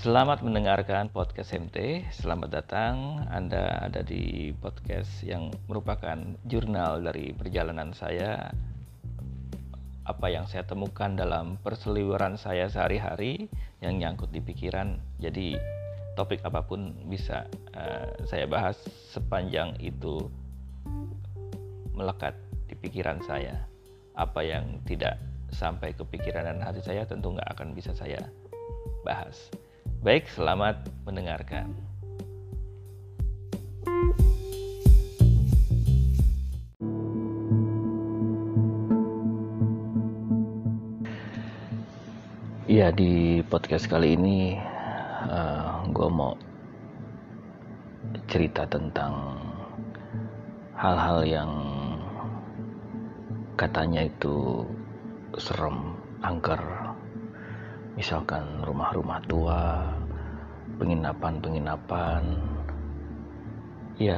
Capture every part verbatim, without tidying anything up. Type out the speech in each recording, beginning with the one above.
Selamat mendengarkan podcast M T. Selamat datang. Anda ada di podcast yang merupakan jurnal dari perjalanan saya, apa yang saya temukan dalam perseliweran saya sehari-hari yang nyangkut di pikiran. Jadi topik apapun bisa uh, saya bahas sepanjang itu melekat di pikiran saya. Apa yang tidak sampai ke pikiran dan hati saya tentu nggak akan bisa saya bahas. Baik, selamat mendengarkan. Ya, di podcast kali ini uh, gue mau cerita tentang hal-hal yang katanya itu serem, angker. Misalkan rumah-rumah tua, penginapan-penginapan. Ya,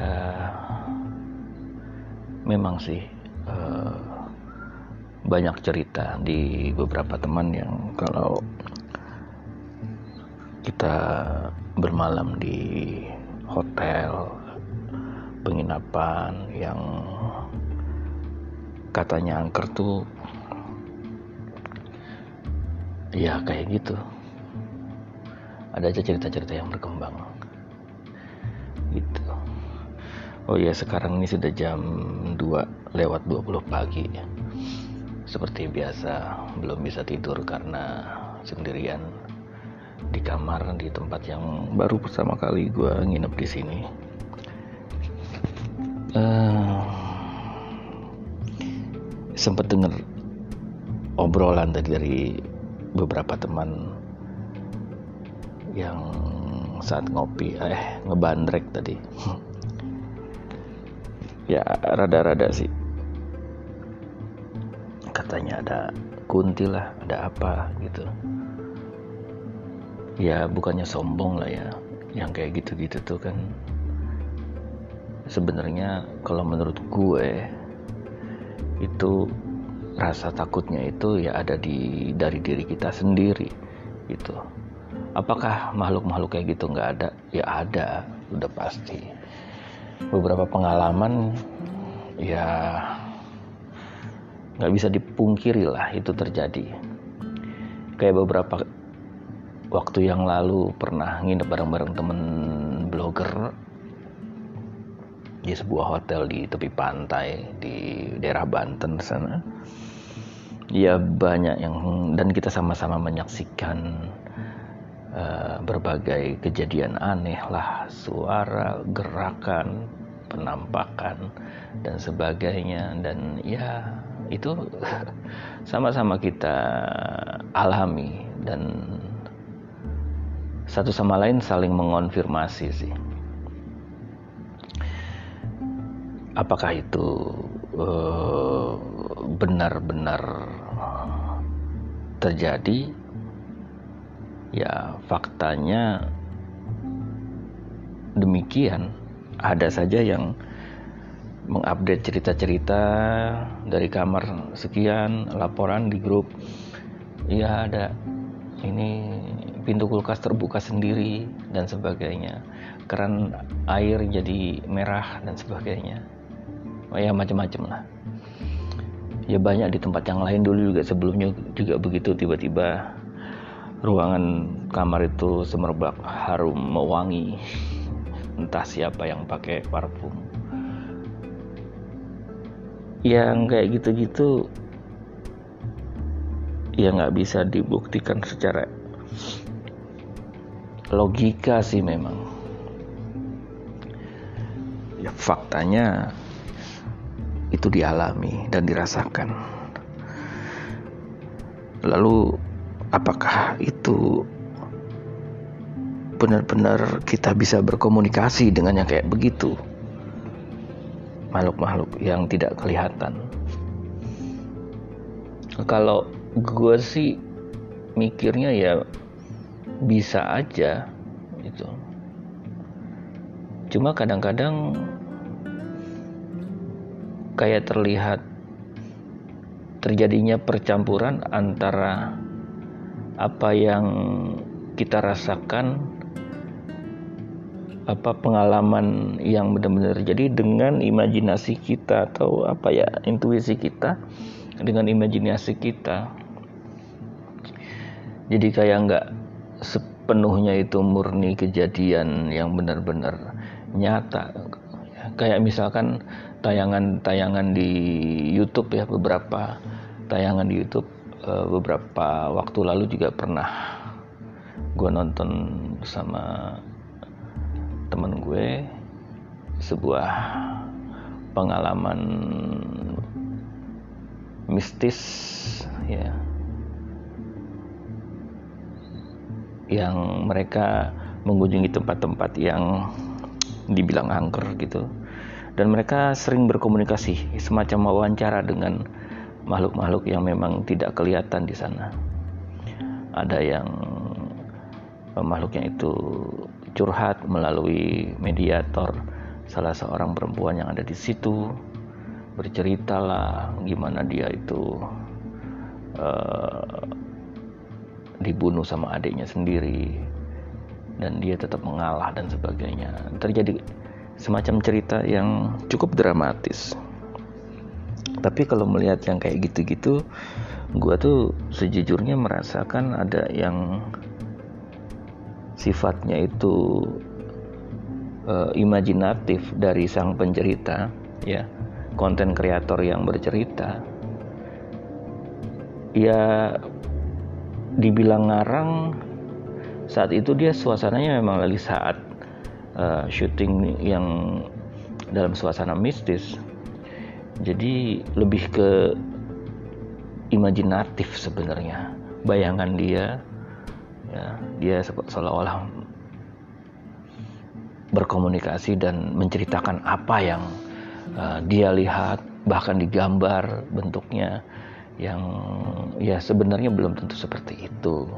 memang sih uh, banyak cerita di beberapa teman yang kalau kita bermalam di hotel, penginapan yang katanya angker tuh, ya kayak gitu. Ada aja cerita-cerita yang berkembang gitu. Oh ya, sekarang ini sudah jam dua lewat dua puluh pagi. Seperti biasa belum bisa tidur karena sendirian di kamar di tempat yang baru pertama kali gue nginep di sini. Uh, sempet denger obrolan tadi dari beberapa teman yang saat ngopi eh ngebandrek tadi. Ya rada-rada sih, katanya ada kunti lah, ada apa gitu. Ya bukannya sombong lah ya, yang kayak gitu-gitu tuh kan sebenarnya kalau menurut gue itu rasa takutnya itu ya ada di dari diri kita sendiri gitu. Apakah makhluk-makhluk kayak gitu nggak ada? Ya ada, udah pasti. Beberapa pengalaman ya nggak bisa dipungkiri lah itu terjadi. Kayak beberapa waktu yang lalu pernah nginep bareng-bareng temen blogger di sebuah hotel di tepi pantai di daerah Banten sana. Ya banyak yang, dan kita sama-sama menyaksikan uh, berbagai kejadian aneh lah, suara, gerakan, penampakan dan sebagainya. Dan ya itu sama-sama kita alami dan satu sama lain saling mengonfirmasi sih. Apakah itu uh, benar-benar terjadi? Ya faktanya demikian. Ada saja yang mengupdate cerita-cerita dari kamar sekian, laporan di grup, ya ada ini pintu kulkas terbuka sendiri dan sebagainya, keran air jadi merah dan sebagainya. Oh ya macam-macam lah. Ya banyak di tempat yang lain dulu juga sebelumnya juga begitu, tiba-tiba ruangan kamar itu semerbak harum mewangi, entah siapa yang pakai parfum. Yang kayak gitu-gitu ya nggak bisa dibuktikan secara logika sih memang. Ya faktanya itu dialami dan dirasakan. Lalu apakah itu benar-benar kita bisa berkomunikasi dengan yang kayak begitu? Makhluk-makhluk yang tidak kelihatan. Kalau gue sih mikirnya ya bisa aja gitu. Cuma kadang-kadang kayak terlihat terjadinya percampuran antara apa yang kita rasakan apa pengalaman yang benar-benar jadi dengan imajinasi kita atau apa ya intuisi kita dengan imajinasi kita. Jadi kayak nggak sepenuhnya itu murni kejadian yang benar-benar nyata. Kayak misalkan tayangan-tayangan di YouTube ya, beberapa tayangan di YouTube beberapa waktu lalu juga pernah gue nonton sama temen gue sebuah pengalaman mistis ya, yang mereka mengunjungi tempat-tempat yang dibilang angker gitu, dan mereka sering berkomunikasi semacam wawancara dengan makhluk-makhluk yang memang tidak kelihatan di sana. Ada yang makhluknya itu curhat melalui mediator salah seorang perempuan yang ada di situ, berceritalah gimana dia itu uh, dibunuh sama adiknya sendiri dan dia tetap mengalah dan sebagainya. Terjadi semacam cerita yang cukup dramatis. Tapi kalau melihat yang kayak gitu-gitu, gue tuh sejujurnya merasakan ada yang sifatnya itu uh, imajinatif dari sang pencerita, ya, konten kreator yang bercerita. Ya, dibilang ngarang, saat itu dia suasananya memang lagi saat uh, syuting yang dalam suasana mistis. Jadi lebih ke imajinatif sebenarnya, bayangan dia. Ya, dia seolah-olah berkomunikasi dan menceritakan apa yang uh, dia lihat, bahkan digambar bentuknya yang ya sebenarnya belum tentu seperti itu.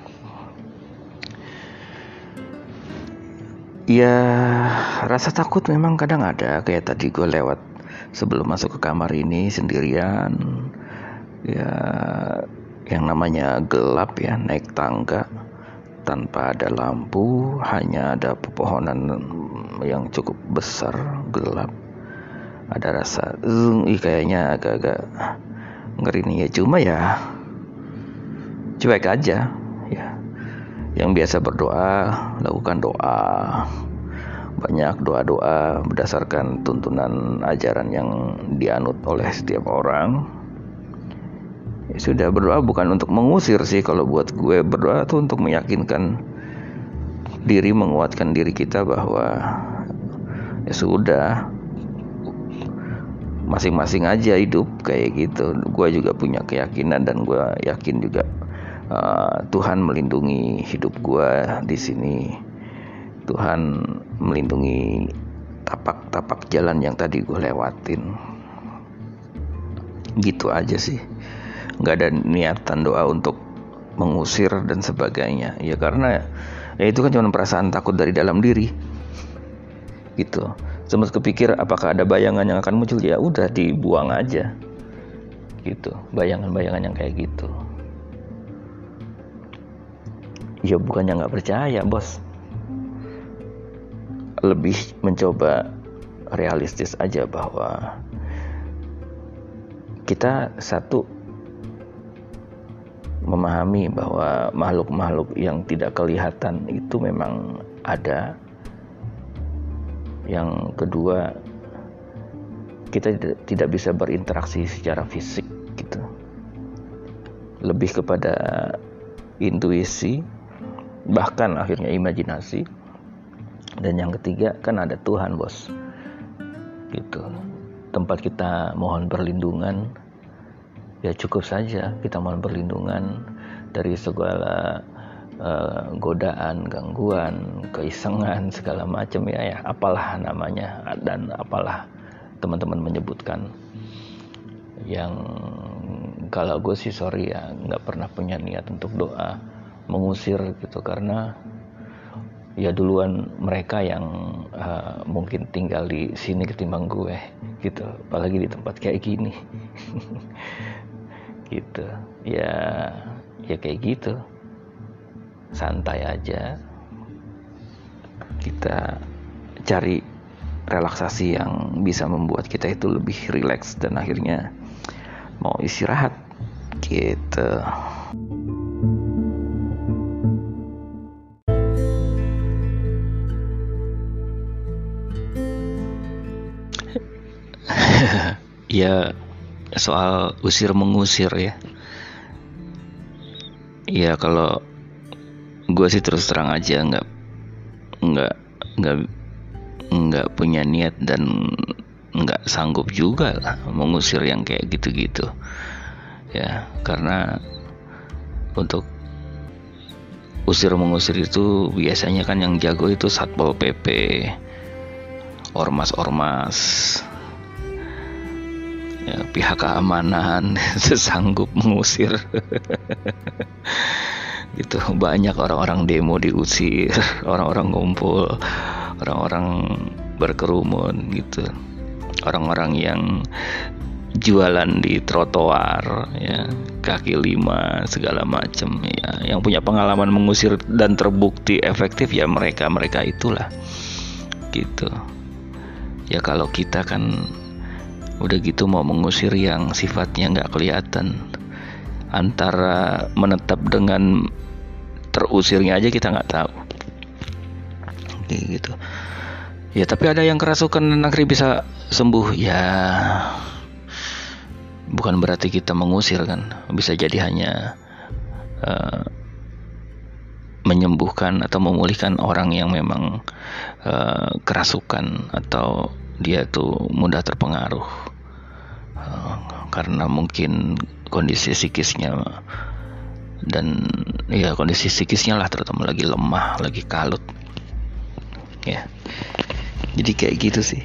Ya, rasa takut memang kadang ada. Kayak tadi gue lewat sebelum masuk ke kamar ini sendirian, ya yang namanya gelap ya, naik tangga tanpa ada lampu, hanya ada pepohonan yang cukup besar, gelap. Ada rasa zung, ih kayaknya agak-agak ngeri nih ya. Cuma ya cuek aja ya. Yang biasa berdoa, lakukan doa. Banyak doa-doa berdasarkan tuntunan ajaran yang dianut oleh setiap orang. Ya sudah, berdoa bukan untuk mengusir sih. Kalau buat gue berdoa tuh untuk meyakinkan diri, menguatkan diri kita bahwa ya sudah, masing-masing aja hidup kayak gitu. Gue juga punya keyakinan dan gue yakin juga uh, Tuhan melindungi hidup gue di sini. Tuhan melindungi tapak-tapak jalan yang tadi gue lewatin. Gitu aja sih. Nggak ada niatan doa untuk mengusir dan sebagainya. Ya karena ya itu kan cuma perasaan takut dari dalam diri. Gitu. Sempat kepikir apakah ada bayangan yang akan muncul, ya udah dibuang aja. Gitu. Bayangan-bayangan yang kayak gitu. Ya bukannya nggak percaya, bos. Lebih mencoba realistis aja bahwa kita satu memahami bahwa makhluk-makhluk yang tidak kelihatan itu memang ada. Yang kedua, kita tidak bisa berinteraksi secara fisik gitu. Lebih kepada intuisi, bahkan akhirnya imajinasi. Dan yang ketiga kan ada Tuhan, bos. Gitu. Tempat kita mohon perlindungan, ya cukup saja kita mohon perlindungan dari segala uh, godaan, gangguan, keisengan, segala macam ya, ya apalah namanya dan apalah teman-teman menyebutkan. Yang kalau gue sih sorry ya, nggak pernah punya niat untuk doa mengusir gitu, karena ya duluan mereka yang uh, mungkin tinggal di sini ketimbang gue gitu, apalagi di tempat kayak gini. Gitu ya, ya kayak gitu. santai aja, kita cari relaksasi yang bisa membuat kita itu lebih rileks dan akhirnya mau istirahat gitu. Ya, soal usir mengusir ya. Ya kalau gue sih terus terang aja nggak nggak nggak nggak punya niat dan nggak sanggup juga lah mengusir yang kayak gitu-gitu ya, karena untuk usir mengusir itu biasanya kan yang jago itu Satpol P P, ormas-ormas ya, pihak keamanan sesanggup mengusir. Gitu, banyak orang-orang demo diusir, orang-orang ngumpul, orang-orang berkerumun gitu, orang-orang yang jualan di trotoar ya, kaki lima segala macam ya, yang punya pengalaman mengusir dan terbukti efektif ya mereka mereka itulah gitu ya. Kalau kita kan udah gitu mau mengusir yang sifatnya nggak kelihatan, antara menetap dengan terusirnya aja kita nggak tahu gitu ya. Tapi ada yang kerasukan dan akhirnya bisa sembuh ya, bukan berarti kita mengusir kan, bisa jadi hanya uh, menyembuhkan atau memulihkan orang yang memang uh, kerasukan atau dia tuh mudah terpengaruh uh, karena mungkin kondisi psikisnya dan ya kondisi psikisnya lah, terutama lagi lemah, lagi kalut ya. Jadi kayak gitu sih.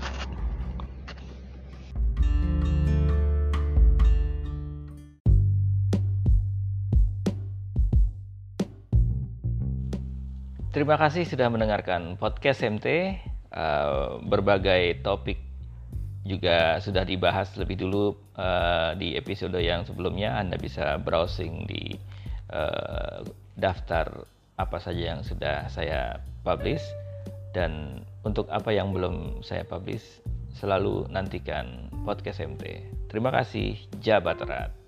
Terima kasih sudah mendengarkan podcast M T. Uh, berbagai topik juga sudah dibahas lebih dulu uh, di episode yang sebelumnya. Anda bisa browsing di uh, daftar apa saja yang sudah saya publish, dan untuk apa yang belum saya publish selalu nantikan podcast M T. Terima kasih, jabat erat.